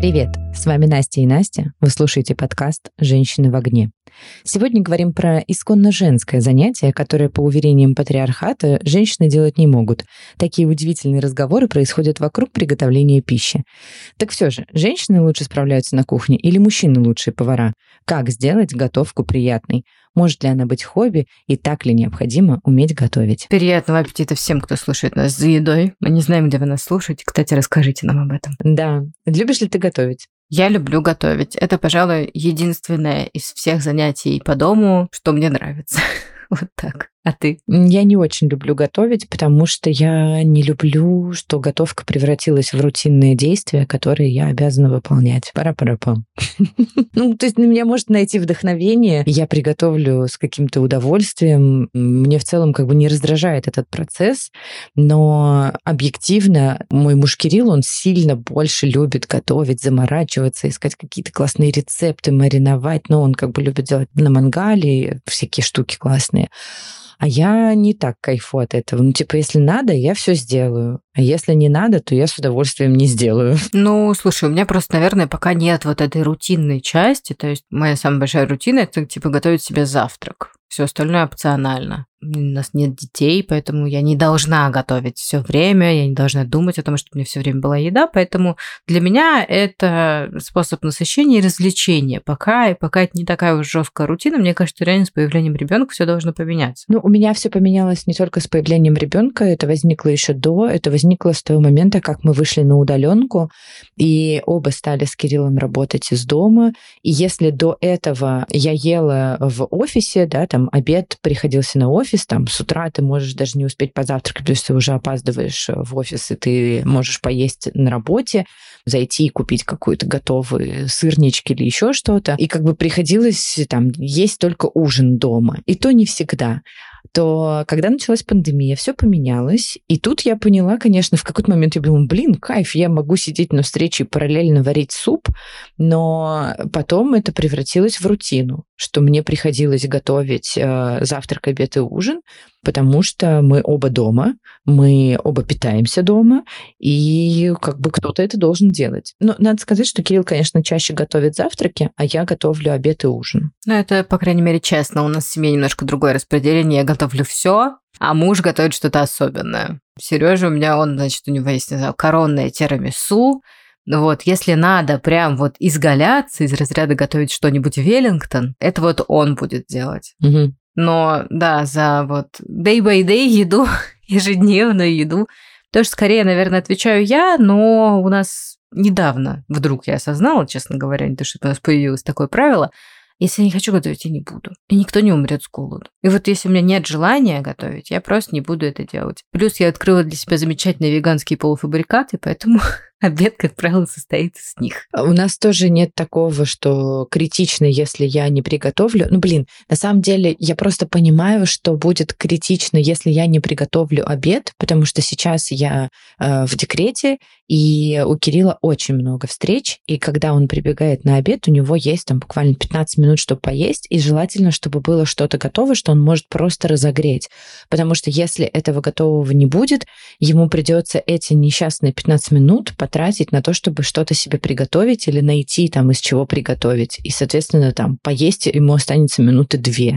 Привет, с вами Настя и Настя. Вы слушаете подкаст «Женщины в огне». Сегодня говорим про исконно женское занятие, которое, по уверениям патриархата, женщины делать не могут. Такие удивительные разговоры происходят вокруг приготовления пищи. Так все же, женщины лучше справляются на кухне или мужчины лучшие повара? Как сделать готовку приятной? Может ли она быть хобби и так ли необходимо уметь готовить? Приятного аппетита всем, кто слушает нас за едой. Мы не знаем, где вы нас слушаете. Кстати, расскажите нам об этом. Да. Любишь ли ты готовить? Я люблю готовить. Это, пожалуй, единственное из всех занятий по дому, что мне нравится. Вот так. А ты? Я не очень люблю готовить, потому что я не люблю, что готовка превратилась в рутинные действия, которые я обязана выполнять. Пара-пара-пам. Ну, то есть на меня может найти вдохновение. Я приготовлю с каким-то удовольствием. Мне в целом как бы не раздражает этот процесс, но объективно мой муж Кирилл, он сильно больше любит готовить, заморачиваться, искать какие-то классные рецепты, мариновать. Но он как бы любит делать на мангале всякие штуки классные. А я не так кайфую от этого. Ну, типа, если надо, я все сделаю. А если не надо, то я с удовольствием не сделаю. Ну, слушай, у меня просто, наверное, пока нет вот этой рутинной части. То есть моя самая большая рутина – это, типа, готовить себе завтрак. Все остальное опционально. У нас нет детей, поэтому я не должна готовить все время, я не должна думать о том, чтобы у меня все время была еда, поэтому для меня это способ насыщения и развлечения. Пока это не такая уж жесткая рутина, мне кажется, реально с появлением ребенка все должно поменяться. Ну, у меня все поменялось не только с появлением ребенка, это возникло еще до, это возникло с того момента, как мы вышли на удаленку, и оба стали с Кириллом работать из дома. И если до этого я ела в офисе, да, там обед приходился на офис, там с утра ты можешь даже не успеть позавтракать, потому что ты уже опаздываешь в офис, и ты можешь поесть на работе, зайти и купить какую-то готовые сырнички или еще что-то. И как бы приходилось там есть только ужин дома. И то не всегда. То когда началась пандемия, все поменялось. И тут я поняла, конечно, в какой-то момент я думала, кайф, я могу сидеть на встрече и параллельно варить суп, но потом это превратилось в рутину, что мне приходилось готовить завтрак, обед и ужин, потому что мы оба дома, мы оба питаемся дома, и как бы кто-то это должен делать. Но надо сказать, что Кирилл, конечно, чаще готовит завтраки, а я готовлю обед и ужин. Ну, это, по крайней мере, честно. У нас в семье немножко другое распределение. Я готовлю все, а муж готовит что-то особенное. Сережа у меня, у него есть, не знаю, коронное тирамису. Вот, если надо прям вот изгаляться из разряда готовить что-нибудь Веллингтон, это вот он будет делать. Угу. Но, да, за вот day by day еду, ежедневную еду, тоже скорее, наверное, отвечаю я, но у нас недавно вдруг я осознала, честно говоря, не то, что у нас появилось такое правило, если я не хочу готовить, я не буду. И никто не умрет с голоду. И вот если у меня нет желания готовить, я просто не буду это делать. Плюс я открыла для себя замечательные веганские полуфабрикаты, поэтому обед, как правило, состоит из них. У нас тоже нет такого, что критично, если я не приготовлю. На самом деле я просто понимаю, что будет критично, если я не приготовлю обед, потому что сейчас я в декрете, и у Кирилла очень много встреч, и когда он прибегает на обед, у него есть там буквально 15 минут, чтобы поесть, и желательно, чтобы было что-то готово, что он может просто разогреть. Потому что если этого готового не будет, ему придется эти несчастные 15 минут потратить на то, чтобы что-то себе приготовить или найти там из чего приготовить. И, соответственно, там поесть ему останется минуты 2.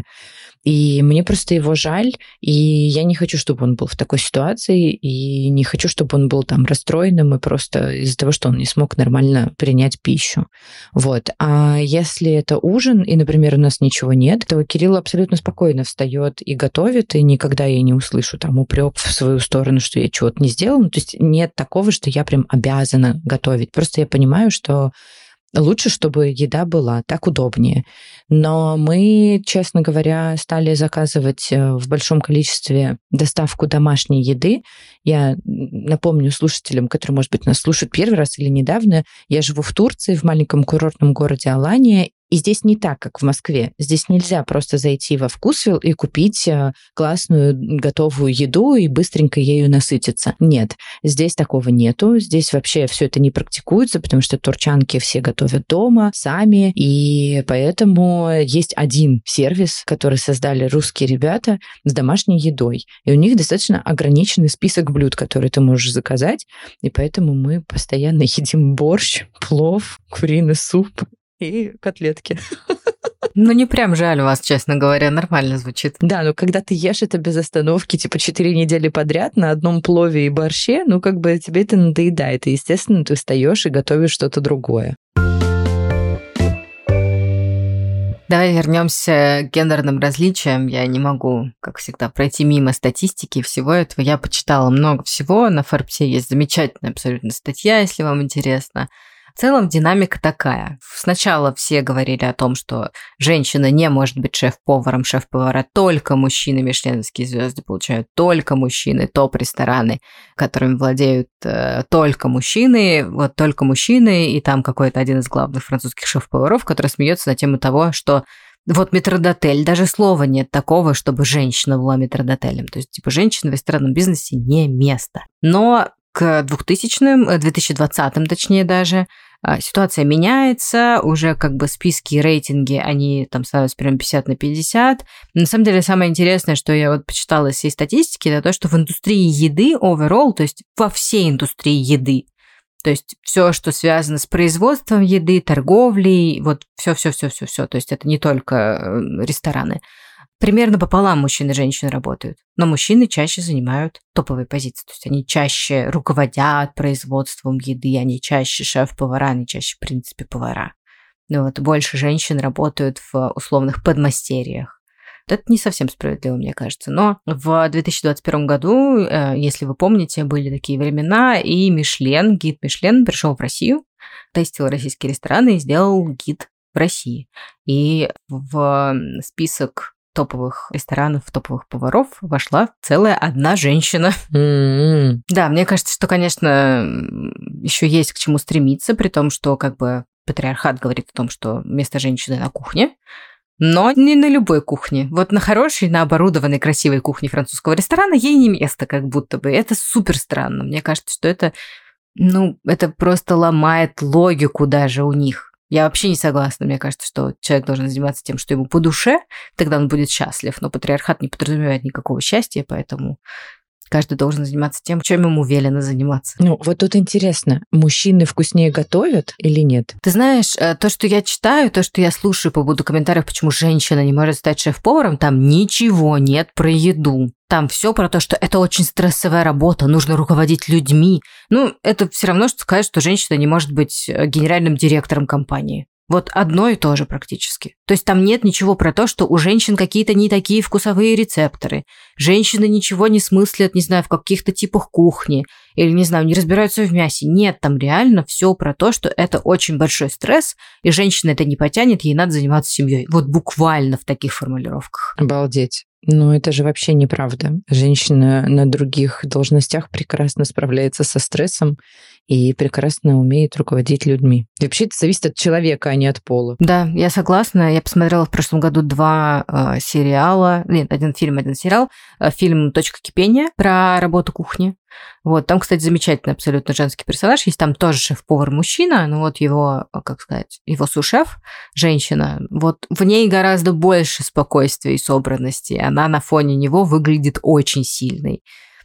И мне просто его жаль, и я не хочу, чтобы он был в такой ситуации, и не хочу, чтобы он был там расстроенным и просто из-за того, что он не смог нормально принять пищу. Вот. А если это ужин, и, например, у нас ничего нет, то Кирилл абсолютно спокойно встает и готовит, и никогда я не услышу там упрек в свою сторону, что я чего-то не сделала. То есть нет такого, что я прям обязана готовить. Просто я понимаю, что лучше, чтобы еда была, так удобнее. Но мы, честно говоря, стали заказывать в большом количестве доставку домашней еды. Я напомню слушателям, которые, может быть, нас слушают первый раз или недавно, я живу в Турции, в маленьком курортном городе Алания, И здесь не так, как в Москве. Здесь нельзя просто зайти во Вкусвилл и купить классную готовую еду и быстренько ею насытиться. Нет, здесь такого нету. Здесь вообще все это не практикуется, потому что турчанки все готовят дома, сами. И поэтому есть один сервис, который создали русские ребята с домашней едой. И у них достаточно ограниченный список блюд, которые ты можешь заказать. И поэтому мы постоянно едим борщ, плов, куриный суп и котлетки. Ну, не прям жаль вас, честно говоря, нормально звучит. Да, но когда ты ешь это без остановки, типа 4 недели подряд на одном плове и борще, ну, как бы тебе это надоедает. И, естественно, ты встаешь и готовишь что-то другое. Давай вернемся к гендерным различиям. Я не могу, как всегда, пройти мимо статистики всего этого. Я почитала много всего. На Форбсе есть замечательная абсолютно статья, если вам интересно. В целом динамика такая. Сначала все говорили о том, что женщина не может быть шеф-поваром, шеф-повара только мужчины, мишленовские звезды получают только мужчины, топ-рестораны, которыми владеют только мужчины, вот только мужчины, и там какой-то один из главных французских шеф-поваров, который смеется на тему того, что вот метрдотель, даже слова нет такого, чтобы женщина была метрдотелем. То есть, типа, женщина в ресторанном бизнесе не место. Но к 2000-м, 2020-м точнее даже, ситуация меняется, уже как бы списки и рейтинги, они там становятся прям 50/50. На самом деле, самое интересное, что я вот почитала из всей статистики, это то, что в индустрии еды overall, то есть во всей индустрии еды, то есть все, что связано с производством еды, торговлей, вот все, то есть это не только рестораны. Примерно пополам мужчин и женщин работают. Но мужчины чаще занимают топовые позиции. То есть они чаще руководят производством еды, они чаще шеф-повара, они чаще, в принципе, повара. Ну вот, больше женщин работают в условных подмастерьях. Это не совсем справедливо, мне кажется. Но в 2021 году, если вы помните, были такие времена, и Мишлен, гид Мишлен пришел в Россию, тестил российские рестораны и сделал гид в России. И в список топовых ресторанов, топовых поваров вошла целая одна женщина. Mm-hmm. Да, мне кажется, что, конечно, еще есть к чему стремиться, при том, что как бы патриархат говорит о том, что место женщины на кухне, но не на любой кухне. Вот на хорошей, на оборудованной, красивой кухне французского ресторана ей не место, как будто бы. Это супер странно. Мне кажется, что это просто ломает логику даже у них. Я вообще не согласна. Мне кажется, что человек должен заниматься тем, что ему по душе, тогда он будет счастлив. Но патриархат не подразумевает никакого счастья, поэтому каждый должен заниматься тем, чем ему велено заниматься. Ну, вот тут интересно, мужчины вкуснее готовят или нет? Ты знаешь, то, что я читаю, то, что я слушаю по поводу комментариев, почему женщина не может стать шеф-поваром, там ничего нет про еду. Там все про то, что это очень стрессовая работа, нужно руководить людьми. Ну, это все равно, что сказать, что женщина не может быть генеральным директором компании. Вот одно и то же практически. То есть там нет ничего про то, что у женщин какие-то не такие вкусовые рецепторы. Женщины ничего не смыслят, не знаю, в каких-то типах кухни. Или, не знаю, не разбираются в мясе. Нет, там реально все про то, что это очень большой стресс, и женщина это не потянет, ей надо заниматься семьей. Вот буквально в таких формулировках. Обалдеть. Ну, это же вообще неправда. Женщина на других должностях прекрасно справляется со стрессом и прекрасно умеет руководить людьми. И вообще это зависит от человека, а не от пола. Да, я согласна. Я посмотрела в прошлом году 2 сериала. Нет, 1 фильм, 1 сериал. Фильм «Точка кипения» про работу кухни. Вот, там, кстати, замечательный абсолютно женский персонаж. Есть там тоже шеф-повар мужчина, но вот его, как сказать, его су-шеф, женщина, вот в ней гораздо больше спокойствия и собранности. Она на фоне него выглядит очень сильной.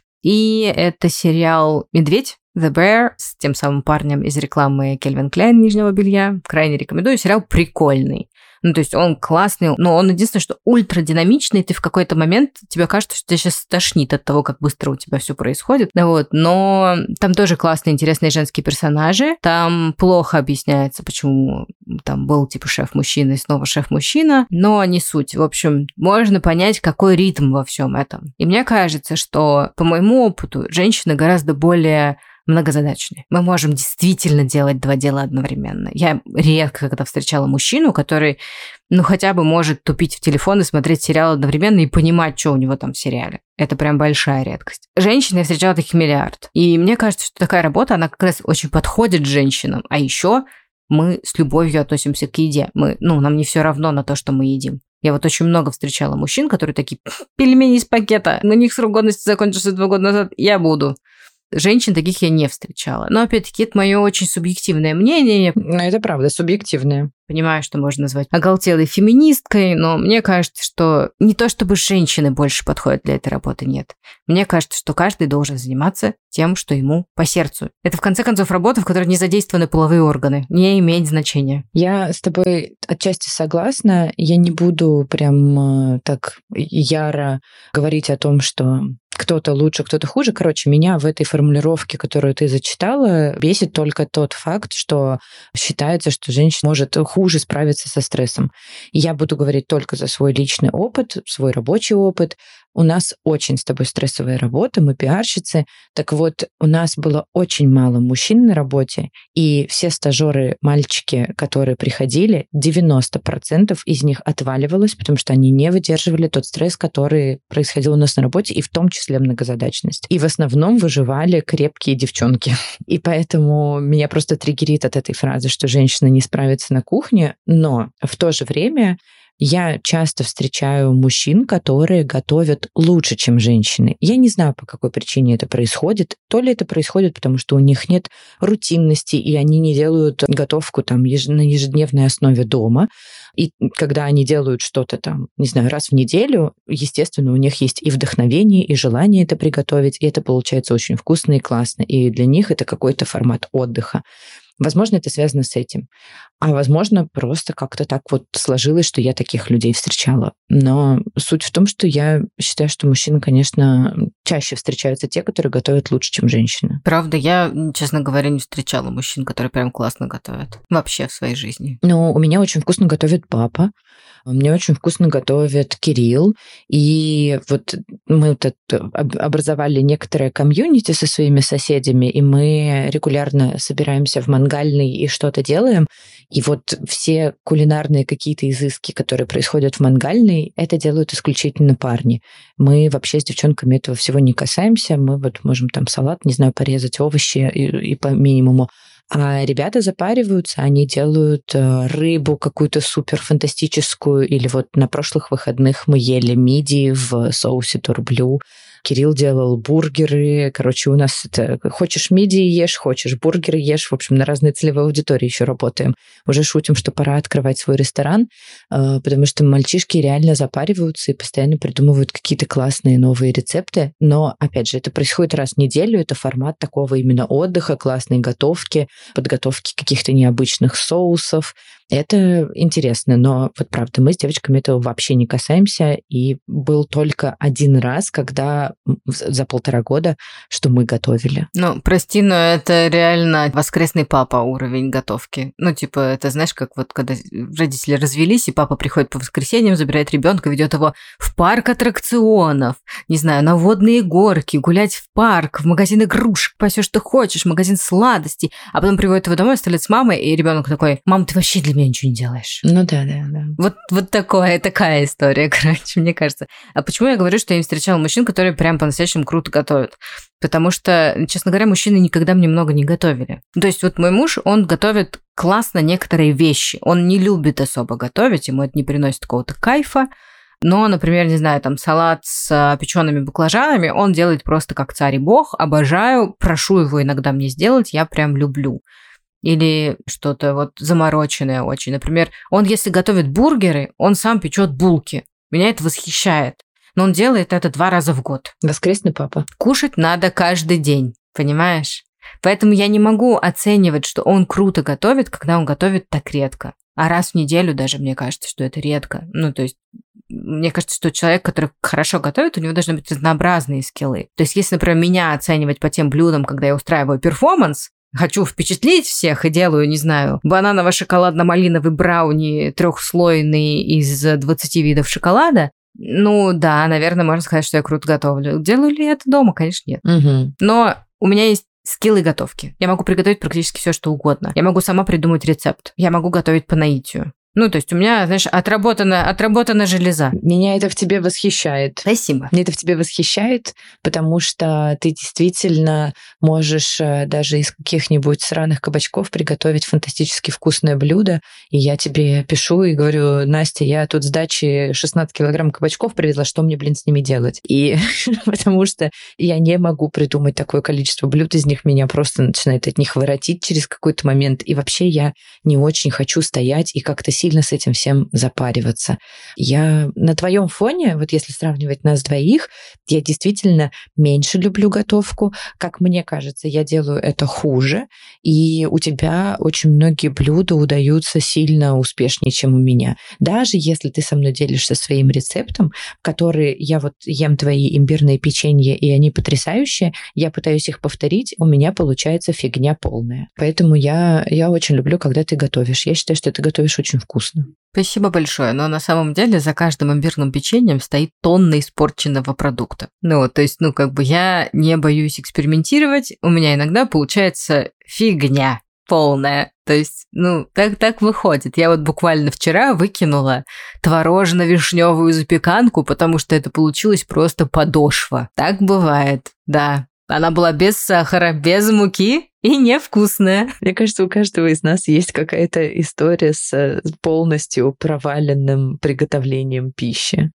И это сериал «Медведь», The Bear, с тем самым парнем из рекламы Calvin Klein нижнего белья. Крайне рекомендую. Сериал прикольный. Ну, то есть он классный, но он единственное, что ультрадинамичный, ты в какой-то момент, тебе кажется, что тебя сейчас тошнит от того, как быстро у тебя все происходит. Вот. Но там тоже классные, интересные женские персонажи. Там плохо объясняется, почему там был типа шеф-мужчина и снова шеф-мужчина, но не суть. В общем, можно понять, какой ритм во всем этом. И мне кажется, что по моему опыту женщины гораздо более многозадачные. Мы можем действительно делать 2 дела одновременно. Я редко когда встречала мужчину, который, хотя бы может тупить в телефон и смотреть сериал одновременно и понимать, что у него там в сериале. Это прям большая редкость. Женщин я встречала таких миллиард. И мне кажется, что такая работа, она как раз очень подходит женщинам. А еще мы с любовью относимся к еде. Нам не все равно на то, что мы едим. Я вот очень много встречала мужчин, которые такие: пельмени из пакета, на них срок годности закончился 2 года назад, я буду. Женщин таких я не встречала. Но, опять-таки, это мое очень субъективное мнение. Это правда, субъективное. Понимаю, что можно назвать оголтелой феминисткой, но мне кажется, что не то чтобы женщины больше подходят для этой работы, нет. Мне кажется, что каждый должен заниматься тем, что ему по сердцу. Это, в конце концов, работа, в которой не задействованы половые органы. Не имеет значения. Я с тобой отчасти согласна. Я не буду прям так яро говорить о том, что кто-то лучше, кто-то хуже. Короче, меня в этой формулировке, которую ты зачитала, бесит только тот факт, что считается, что женщина может хуже справиться со стрессом. И я буду говорить только за свой личный опыт, свой рабочий опыт. У нас очень с тобой стрессовая работа, мы пиарщицы. Так вот, у нас было очень мало мужчин на работе, и все стажеры, мальчики, которые приходили, 90% из них отваливалось, потому что они не выдерживали тот стресс, который происходил у нас на работе, и в том числе многозадачность. И в основном выживали крепкие девчонки. И поэтому меня просто триггерит от этой фразы, что женщина не справится на кухне, но в то же время я часто встречаю мужчин, которые готовят лучше, чем женщины. Я не знаю, по какой причине это происходит. То ли это происходит, потому что у них нет рутинности, и они не делают готовку там на ежедневной основе дома. И когда они делают что-то там, не знаю, раз в неделю, естественно, у них есть и вдохновение, и желание это приготовить, и это получается очень вкусно и классно. И для них это какой-то формат отдыха. Возможно, это связано с этим. А возможно, просто как-то так вот сложилось, что я таких людей встречала. Но суть в том, что я считаю, что мужчины, конечно, чаще встречаются те, которые готовят лучше, чем женщины. Правда, я, честно говоря, не встречала мужчин, которые прям классно готовят. Вообще в своей жизни. Но у меня очень вкусно готовит папа. Мне очень вкусно готовит Кирилл. И вот мы тут образовали некоторое комьюнити со своими соседями, и мы регулярно собираемся в мангальный и что-то делаем. И вот все кулинарные какие-то изыски, которые происходят в мангальной, это делают исключительно парни. Мы вообще с девчонками этого всего не касаемся. Мы вот можем там салат, не знаю, порезать, овощи и по минимуму. А ребята запариваются, они делают рыбу какую-то супер фантастическую. Или вот на прошлых выходных мы ели мидии в соусе турблю. Кирилл делал бургеры. Короче, у нас это хочешь мидии ешь, хочешь бургеры ешь. В общем, на разные целевые аудитории еще работаем. Уже шутим, что пора открывать свой ресторан, потому что мальчишки реально запариваются и постоянно придумывают какие-то классные новые рецепты. Но, опять же, это происходит раз в неделю. Это формат такого именно отдыха, классной готовки, подготовки каких-то необычных соусов. Это интересно, но вот правда, мы с девочками этого вообще не касаемся. И был только один раз, когда за 1,5 года, что мы готовили. Ну, прости, но это реально воскресный папа уровень готовки. Ну, типа, это знаешь, как вот когда родители развелись, и папа приходит по воскресеньям, забирает ребенка, ведет его в парк аттракционов, не знаю, на водные горки, гулять в парк, в магазин игрушек, все, что хочешь, в магазин сладостей, а потом приводит его домой, оставляет с мамой, и ребенок такой: мам, ты вообще для меня ничего не делаешь. Ну да. Вот такая история, короче, мне кажется. А почему я говорю, что я не встречала мужчин, которые прям по-настоящему круто готовят? Потому что, честно говоря, мужчины никогда мне много не готовили. То есть вот мой муж, он готовит классно некоторые вещи. Он не любит особо готовить, ему это не приносит какого-то кайфа. Но, например, не знаю, там салат с печеными баклажанами он делает просто как царь и бог. Обожаю, прошу его иногда мне сделать, я прям люблю. Или что-то вот замороченное очень. Например, он, если готовит бургеры, он сам печет булки. Меня это восхищает. Но он делает это 2 раза в год. Воскресный папа. Кушать надо каждый день, понимаешь? Поэтому я не могу оценивать, что он круто готовит, когда он готовит так редко. А раз в неделю даже, мне кажется, что это редко. Ну, то есть, мне кажется, что человек, который хорошо готовит, у него должны быть разнообразные скиллы. То есть, если, например, меня оценивать по тем блюдам, когда я устраиваю перформанс, хочу впечатлить всех и делаю, не знаю, бананово-шоколадно-малиновый брауни 3-слойный из 20 видов шоколада, ну да, наверное, можно сказать, что я круто готовлю. Делаю ли я это дома? Конечно, нет. Угу. Но у меня есть скиллы готовки. Я могу приготовить практически все, что угодно. Я могу сама придумать рецепт. Я могу готовить по наитию. Ну, то есть у меня, знаешь, отработана железа. Меня это в тебе восхищает. Спасибо. Меня это в тебе восхищает, потому что ты действительно можешь даже из каких-нибудь сраных кабачков приготовить фантастически вкусное блюдо. И я тебе пишу и говорю: Настя, я тут с дачи 16 килограмм кабачков привезла, что мне, с ними делать? И потому что я не могу придумать такое количество блюд, из них меня просто начинает от них воротить через какой-то момент. И вообще я не очень хочу стоять и как-то сильно с этим всем запариваться. Я на твоем фоне, вот если сравнивать нас двоих, я действительно меньше люблю готовку. Как мне кажется, я делаю это хуже, и у тебя очень многие блюда удаются сильно успешнее, чем у меня. Даже если ты со мной делишься своим рецептом, который я вот ем твои имбирные печенья, и они потрясающие, я пытаюсь их повторить, у меня получается фигня полная. Поэтому я очень люблю, когда ты готовишь. Я считаю, что ты готовишь очень вкусно. Спасибо большое, но на самом деле за каждым имбирным печеньем стоит тонна испорченного продукта. То есть, я не боюсь экспериментировать, у меня иногда получается фигня полная. То есть, так выходит. Я вот буквально вчера выкинула творожно-вишневую запеканку, потому что это получилось просто подошва. Так бывает, да. Она была без сахара, без муки и невкусная. Мне кажется, у каждого из нас есть какая-то история с полностью проваленным приготовлением пищи.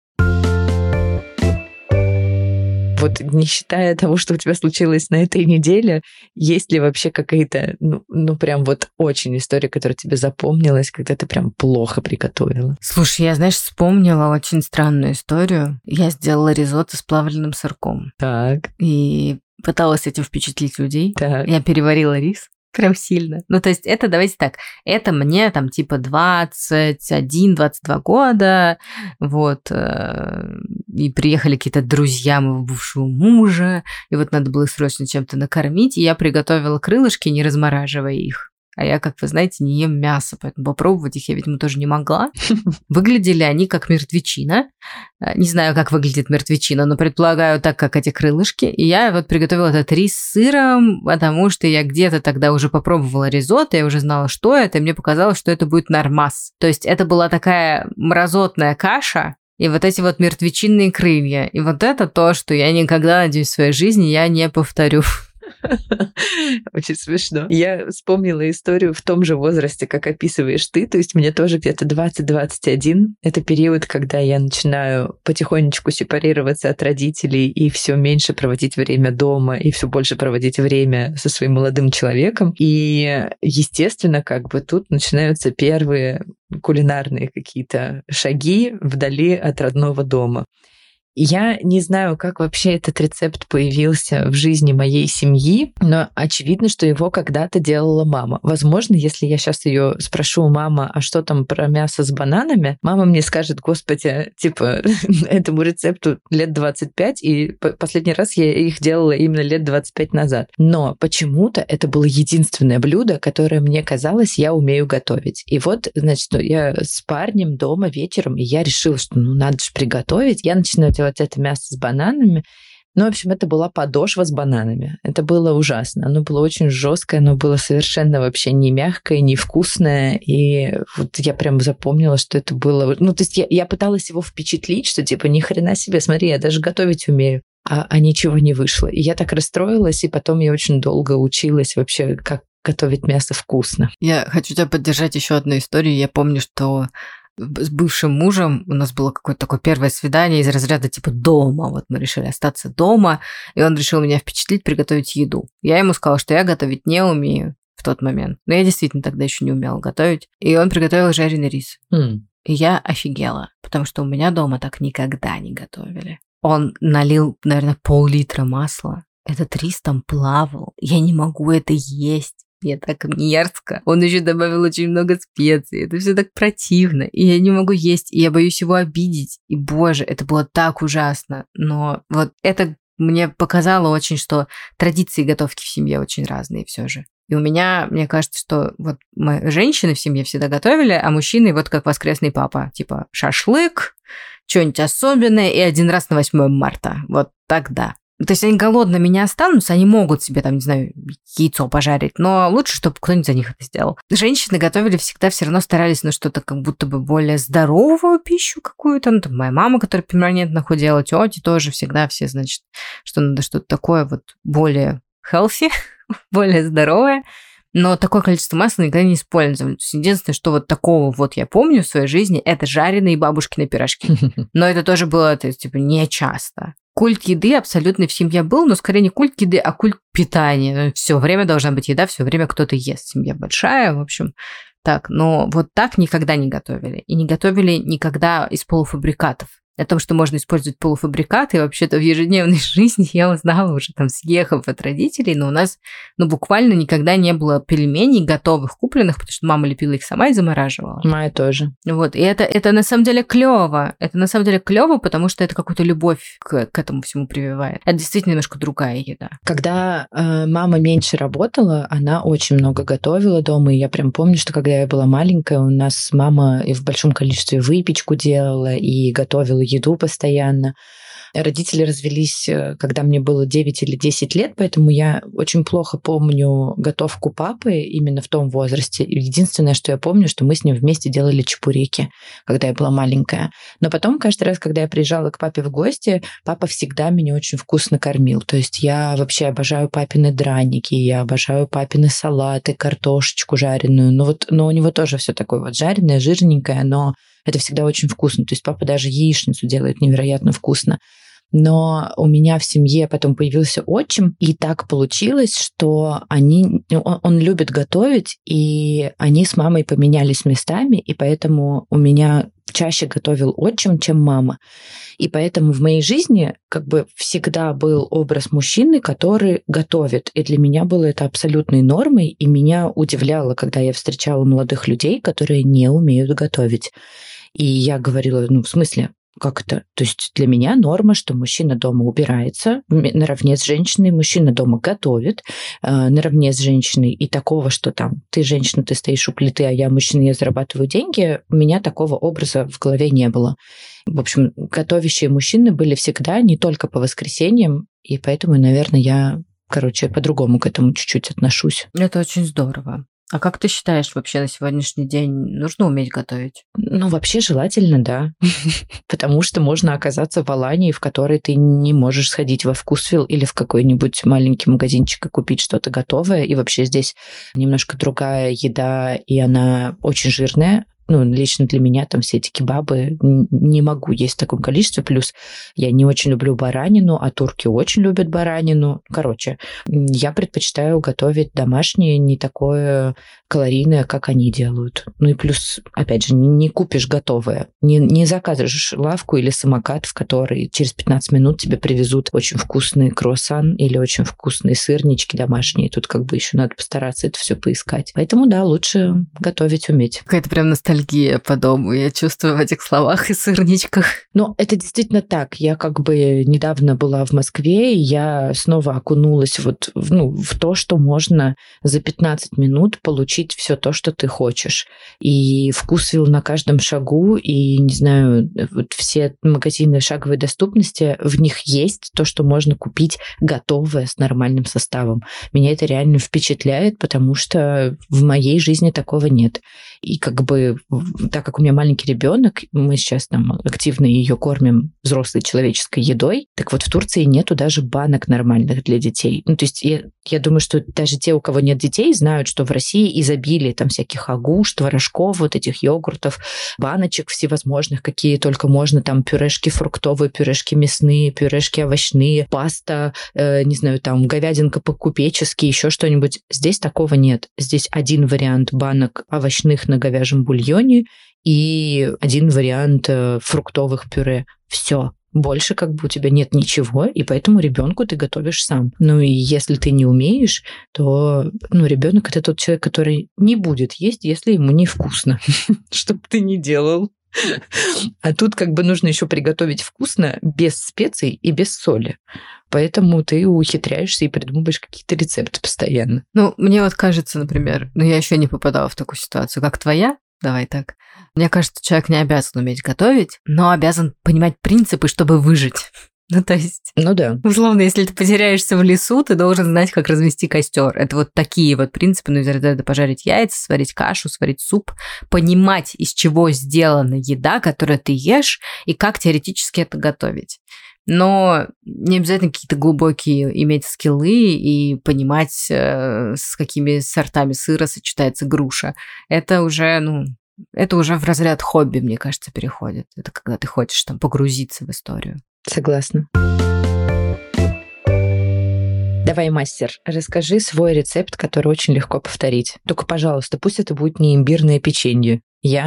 Вот не считая того, что у тебя случилось на этой неделе, есть ли вообще какая-то, прям вот очень история, которая тебе запомнилась, когда ты прям плохо приготовила? Слушай, я, вспомнила очень странную историю. Я сделала ризотто с плавленным сырком. Так. И пыталась этим впечатлить людей. Так. Я переварила рис. Прям сильно. То есть это, давайте так, это мне 21-22 года, и приехали какие-то друзья моего бывшего мужа, и надо было срочно чем-то накормить, и я приготовила крылышки, не размораживая их. А я, как вы знаете, не ем мясо, поэтому попробовать их я, видимо, тоже не могла. Выглядели они как мертвечина. Не знаю, как выглядит мертвечина, но предполагаю так, как эти крылышки. И я приготовила этот рис с сыром, потому что я где-то тогда уже попробовала ризотто, я уже знала, что это, и мне показалось, что это будет нормас. То есть это была такая мразотная каша, и эти мертвечинные крылья. И это то, что я никогда, надеюсь, в своей жизни я не повторю. Очень смешно. Я вспомнила историю в том же возрасте, как описываешь ты. То есть мне тоже где-то 20-21. Это период, когда я начинаю потихонечку сепарироваться от родителей и все меньше проводить время дома, и все больше проводить время со своим молодым человеком. И, естественно, тут начинаются первые кулинарные какие-то шаги вдали от родного дома. Я не знаю, как вообще этот рецепт появился в жизни моей семьи, но очевидно, что его когда-то делала мама. Возможно, если я сейчас ее спрошу: мама, а что там про мясо с бананами? Мама мне скажет: господи, этому рецепту лет 25, и последний раз я их делала именно лет 25 назад. Но почему-то это было единственное блюдо, которое мне казалось, я умею готовить. И я с парнем дома вечером, и я решила, что надо же приготовить. Я начинаю делать это мясо с бананами. В общем, это была подошва с бананами. Это было ужасно. Оно было очень жесткое, оно было совершенно вообще не мягкое, не вкусное. И я прям запомнила, что это было... то есть я пыталась его впечатлить, что ни хрена себе, смотри, я даже готовить умею. А ничего не вышло. И я так расстроилась, и потом я очень долго училась вообще, как готовить мясо вкусно. Я хочу тебя поддержать еще одной историей. Я помню, что с бывшим мужем у нас было какое-то такое первое свидание из разряда дома. Мы решили остаться дома, и он решил меня впечатлить, приготовить еду. Я ему сказала, что я готовить не умею в тот момент. Но я действительно тогда еще не умела готовить. И он приготовил жареный рис. И я офигела, потому что у меня дома так никогда не готовили. Он налил, наверное, пол-литра масла. Этот рис там плавал. Я не могу это есть. Мне так мерзко. Он еще добавил очень много специй. Это все так противно. И я не могу есть. И я боюсь его обидеть. И, боже, это было так ужасно. Но это мне показало очень, что традиции готовки в семье очень разные все же. И у меня, мне кажется, что мы женщины в семье всегда готовили, а мужчины как воскресный папа. Шашлык, что-нибудь особенное и один раз на 8 марта. Тогда. То есть они голодными не останутся, они могут себе там, не знаю, яйцо пожарить, но лучше, чтобы кто-нибудь за них это сделал. Женщины готовили всегда, все равно старались на что-то как будто бы более здоровую пищу какую-то. Ну, там моя мама, которая перманентно худела, тети тоже всегда все, значит, что надо что-то такое вот более healthy, более здоровое. Но такое количество масла никогда не использовали. То есть единственное, что вот такого вот я помню в своей жизни, это жареные бабушкины пирожки. Но это тоже было, типа, не часто. Культ еды абсолютно в семье был, но скорее не культ еды, а культ питания. Все время должна быть еда, все время кто-то ест. Семья большая, в общем. Так, но вот так никогда не готовили. И не готовили никогда из полуфабрикатов. О том, что можно использовать полуфабрикаты, вообще-то в ежедневной жизни я узнала уже там, съехав от родителей, но у нас, буквально никогда не было пельменей готовых, купленных, потому что мама лепила их сама и замораживала. Моя тоже. Вот, и это на самом деле клево. Это на самом деле клево, потому что это какую-то любовь к этому всему прививает. Это действительно немножко другая еда. Когда мама меньше работала, она очень много готовила дома, и я прям помню, что когда я была маленькая, у нас мама и в большом количестве выпечку делала, и готовила еду постоянно. Родители развелись, когда мне было 9 или 10 лет, поэтому я очень плохо помню готовку папы именно в том возрасте. Единственное, что я помню, что мы с ним вместе делали чебуреки, когда я была маленькая. Но потом, каждый раз, когда я приезжала к папе в гости, папа всегда меня очень вкусно кормил. То есть я вообще обожаю папины драники, я обожаю папины салаты, картошечку жареную. Но у него тоже все такое вот жареное, жирненькое, но это всегда очень вкусно. То есть папа даже яичницу делает невероятно вкусно. Но у меня в семье потом появился отчим, и так получилось, что он любит готовить, и они с мамой поменялись местами, и поэтому у меня чаще готовил отчим, чем мама. И поэтому в моей жизни как бы всегда был образ мужчины, который готовит. И для меня было это абсолютной нормой, и меня удивляло, когда я встречала молодых людей, которые не умеют готовить. И я говорила, в смысле, как это? То есть для меня норма, что мужчина дома убирается наравне с женщиной, мужчина дома готовит наравне с женщиной. И такого, что там ты женщина, ты стоишь у плиты, а я мужчина, я зарабатываю деньги, у меня такого образа в голове не было. В общем, готовящие мужчины были всегда, не только по воскресеньям, и поэтому, наверное, я, по-другому к этому чуть-чуть отношусь. Это очень здорово. А как ты считаешь, вообще на сегодняшний день нужно уметь готовить? Вообще желательно, да. Потому что можно оказаться в Алании, в которой ты не можешь сходить во Вкусвилл или в какой-нибудь маленький магазинчик и купить что-то готовое. И вообще здесь немножко другая еда, и она очень жирная. Лично для меня там все эти кебабы не могу есть в таком количестве. Плюс я не очень люблю баранину, а турки очень любят баранину. Я предпочитаю готовить домашнее, не такое калорийное, как они делают. И плюс, опять же, не купишь готовое. Не заказываешь лавку или самокат, в который через 15 минут тебе привезут очень вкусный круассан или очень вкусные сырнички домашние. Тут еще надо постараться это все поискать. Поэтому, да, лучше готовить уметь. Какая-то прям ностальгия по дому, я чувствую в этих словах и сырничках. Это действительно так. Я недавно была в Москве, и я снова окунулась в то, что можно за 15 минут получить все то, что ты хочешь. И Вкусвилл на каждом шагу, и, не знаю, все магазины шаговой доступности, в них есть то, что можно купить готовое с нормальным составом. Меня это реально впечатляет, потому что в моей жизни такого нет. И так как у меня маленький ребенок, мы сейчас там активно ее кормим взрослой человеческой едой, так вот в Турции нету даже банок нормальных для детей. То есть я думаю, что даже те, у кого нет детей, знают, что в России изобилие там всяких агуш, творожков, вот этих йогуртов, баночек всевозможных, какие только можно, там пюрешки фруктовые, пюрешки мясные, пюрешки овощные, паста, не знаю, там говядинка по-купечески, еще что-нибудь. Здесь такого нет. Здесь один вариант банок овощных на говяжьем бульоне и один вариант фруктовых пюре. Все. Больше у тебя нет ничего, и поэтому ребенку ты готовишь сам. И если ты не умеешь, то ребенок это тот человек, который не будет есть, если ему невкусно. Что бы ты ни делал. А тут нужно еще приготовить вкусно, без специй и без соли. Поэтому ты ухитряешься и придумываешь какие-то рецепты постоянно. Мне кажется, например, я еще не попадала в такую ситуацию, как твоя. Давай так. Мне кажется, человек не обязан уметь готовить, но обязан понимать принципы, чтобы выжить. Ну, то есть, Ну да. условно, если ты потеряешься в лесу, ты должен знать, как развести костер. Это вот такие вот принципы, ну, из ряда пожарить яйца, сварить кашу, сварить суп, понимать, из чего сделана еда, которую ты ешь, и как теоретически это готовить. Но не обязательно какие-то глубокие иметь скиллы и понимать, с какими сортами сыра сочетается груша. Это уже в разряд хобби, мне кажется, переходит. Это когда ты хочешь там погрузиться в историю. Согласна. Давай, мастер, расскажи свой рецепт, который очень легко повторить. Только, пожалуйста, пусть это будет не имбирное печенье.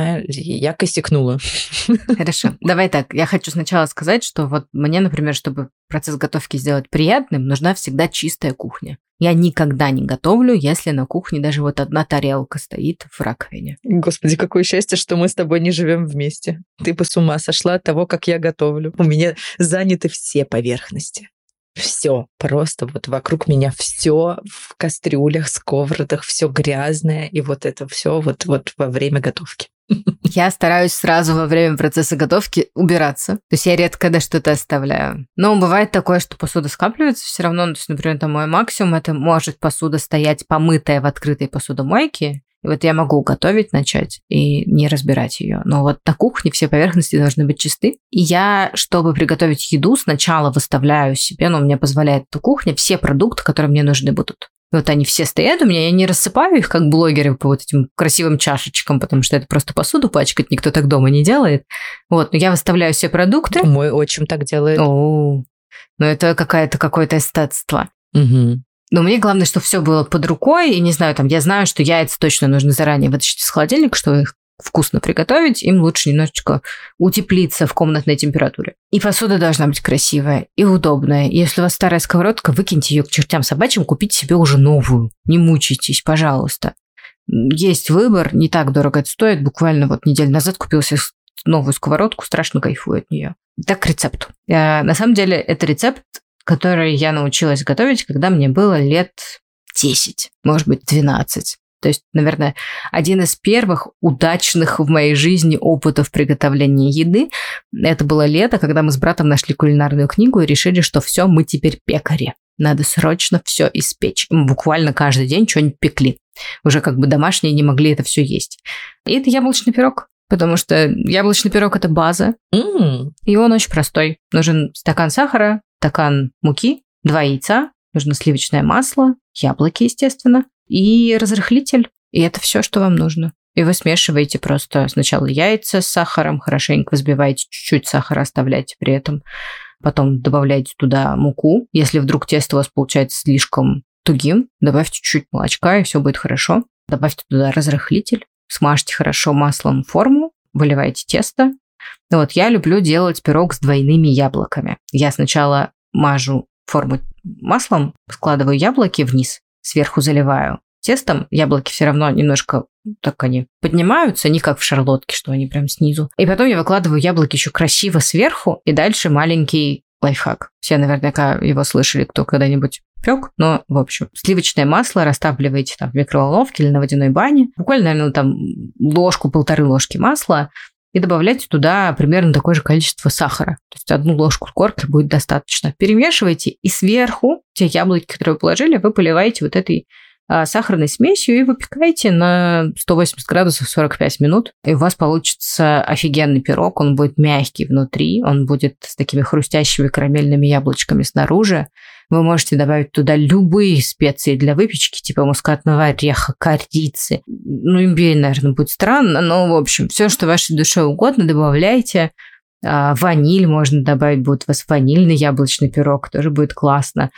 Я косякнула. Хорошо. Давай так. Я хочу сначала сказать, что вот мне, например, чтобы процесс готовки сделать приятным, нужна всегда чистая кухня. Я никогда не готовлю, если на кухне даже вот одна тарелка стоит в раковине. Господи, какое счастье, что мы с тобой не живем вместе. Ты бы с ума сошла от того, как я готовлю. У меня заняты все поверхности. Все, просто вот вокруг меня все в кастрюлях, сковородах, все грязное, и вот это все вот во время готовки. Я стараюсь сразу во время процесса готовки убираться. То есть я редко когда что-то оставляю. Но бывает такое, что посуда скапливается все равно. То есть, например, там мой максимум, это может посуда стоять помытая в открытой посудомойке. И вот я могу готовить, начать и не разбирать ее. Но вот на кухне все поверхности должны быть чисты. И я, чтобы приготовить еду, сначала выставляю себе, но мне позволяет эта кухня, все продукты, которые мне нужны будут. И вот они все стоят у меня, я не рассыпаю их, как блогеры, по вот этим красивым чашечкам, потому что это просто посуду пачкать, никто так дома не делает. Вот, но я выставляю все продукты. Мой отчим так делает. Ну это какое-то эстетство. Угу. Но мне главное, чтобы все было под рукой, и не знаю, там, я знаю, что яйца точно нужно заранее вытащить из холодильника, чтобы их вкусно приготовить, им лучше немножечко утеплиться в комнатной температуре. И посуда должна быть красивая и удобная. И если у вас старая сковородка, выкиньте ее к чертям собачьим, купите себе уже новую. Не мучайтесь, пожалуйста. Есть выбор, не так дорого это стоит. Буквально вот неделю назад купила себе новую сковородку, страшно кайфую от нее. Так, к рецепту. На самом деле, это рецепт, который я научилась готовить, когда мне было лет 10, может быть, 12. То есть, наверное, один из первых удачных в моей жизни опытов приготовления еды. Это было лето, когда мы с братом нашли кулинарную книгу и решили, что все, мы теперь пекари. Надо срочно все испечь. Мы буквально каждый день что-нибудь пекли. Уже как бы домашние не могли это все есть. И это яблочный пирог. Потому что яблочный пирог – это база. И он очень простой. Нужен стакан сахара, стакан муки, 2 яйца, нужно сливочное масло, яблоки, естественно, и разрыхлитель. И это все, что вам нужно. И вы смешиваете просто сначала яйца с сахаром, хорошенько взбиваете, чуть-чуть сахара оставляете при этом. Потом добавляете туда муку. Если вдруг тесто у вас получается слишком тугим, добавьте чуть-чуть молочка, и все будет хорошо. Добавьте туда разрыхлитель. Смажьте хорошо маслом форму, выливайте тесто. Вот я люблю делать пирог с двойными яблоками. Я сначала мажу форму маслом, складываю яблоки вниз, сверху заливаю тестом. Яблоки все равно немножко так они поднимаются, не как в шарлотке, что они прям снизу. И потом я выкладываю яблоки еще красиво сверху, и дальше маленький лайфхак. Все наверняка его слышали, кто когда-нибудь пек, но, в общем, сливочное масло растапливаете там в микроволновке или на водяной бане. Буквально, наверное, там ложку-полторы ложки масла и добавляйте туда примерно такое же количество сахара. То есть 1 ложку горки будет достаточно. Перемешивайте, и сверху те яблоки, которые вы положили, вы поливаете вот этой сахарной смесью и выпекаете на 180 градусов 45 минут. И у вас получится офигенный пирог. Он будет мягкий внутри, он будет с такими хрустящими карамельными яблочками снаружи. Вы можете добавить туда любые специи для выпечки, типа мускатного ореха, корицы. Ну, имбирь, наверное, будет странно, но, в общем, все, что вашей душе угодно, добавляйте. Ваниль можно добавить, будет у вас ванильный яблочный пирог, тоже будет классно.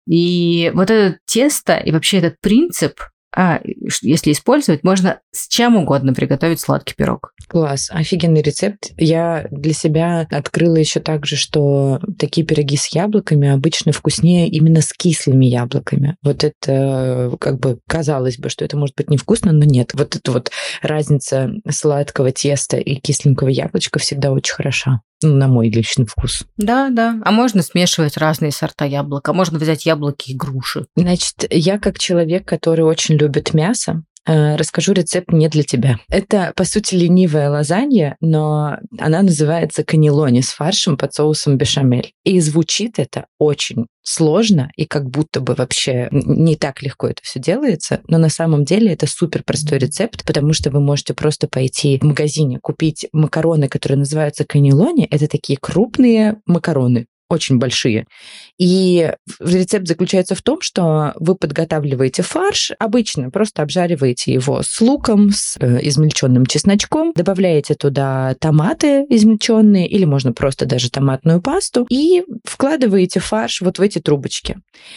И вот это тесто и вообще этот принцип, если использовать, можно с чем угодно приготовить сладкий пирог. Класс, офигенный рецепт. Я для себя открыла еще также, что такие пироги с яблоками обычно вкуснее именно с кислыми яблоками. Вот это как бы казалось бы, что это может быть невкусно, но нет. Вот эта вот разница сладкого теста и кисленького яблочка всегда очень хороша. На мой личный вкус. Да. А можно смешивать разные сорта яблок. А можно взять яблоки и груши. Значит, я как человек, который очень любит мясо, расскажу рецепт не для тебя. Это, по сути, ленивая лазанья, но она называется каннелони с фаршем под соусом бешамель. И звучит это очень сложно, и как будто бы вообще не так легко это все делается, но на самом деле это супер простой рецепт, потому что вы можете просто пойти в магазине, купить макароны, которые называются каннелони. Это такие крупные макароны, очень большие. И рецепт заключается в том, что вы подготавливаете фарш, обычно просто обжариваете его с луком, с измельченным чесночком, добавляете туда томаты измельченные, или можно просто даже томатную пасту, и вкладываете фарш вот в эти трубочки.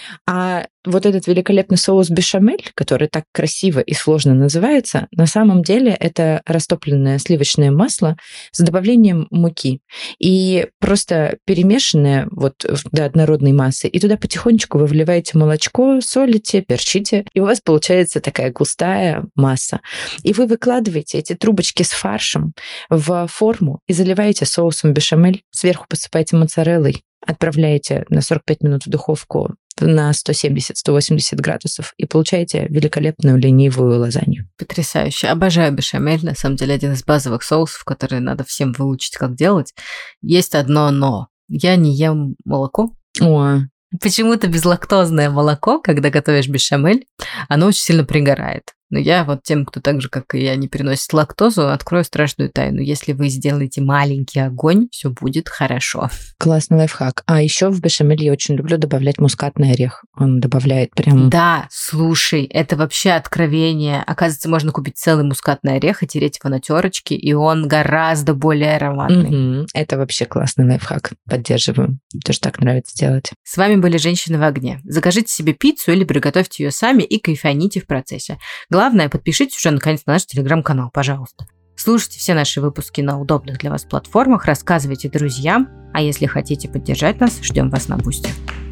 А вот этот великолепный соус бешамель, который так красиво и сложно называется, на самом деле это растопленное сливочное масло с добавлением муки и просто перемешанное вот до однородной массы. И туда потихонечку вы вливаете молочко, солите, перчите, и у вас получается такая густая масса. И вы выкладываете эти трубочки с фаршем в форму и заливаете соусом бешамель, сверху посыпаете моцареллой, отправляете на 45 минут в духовку на 170-180 градусов и получаете великолепную ленивую лазанью. Потрясающе. Обожаю бешамель. На самом деле, один из базовых соусов, которые надо всем выучить, как делать. Есть одно но. Я не ем молоко. О. Почему-то безлактозное молоко, когда готовишь бешамель, оно очень сильно пригорает. Но я вот тем, кто так же, как и я, не переносит лактозу, открою страшную тайну. Если вы сделаете маленький огонь, все будет хорошо. Классный лайфхак. А еще в бешамель я очень люблю добавлять мускатный орех. Он добавляет прям... Да, слушай, это вообще откровение. Оказывается, можно купить целый мускатный орех и тереть его на терочке, и он гораздо более ароматный. Угу. Это вообще классный лайфхак. Поддерживаю. Тоже так нравится делать. С вами были «Женщины в огне». Закажите себе пиццу или приготовьте ее сами и кайфаните в процессе. Главное, подпишитесь уже наконец на наш телеграм-канал, пожалуйста. Слушайте все наши выпуски на удобных для вас платформах, рассказывайте друзьям, а если хотите поддержать нас, ждем вас на Бусти.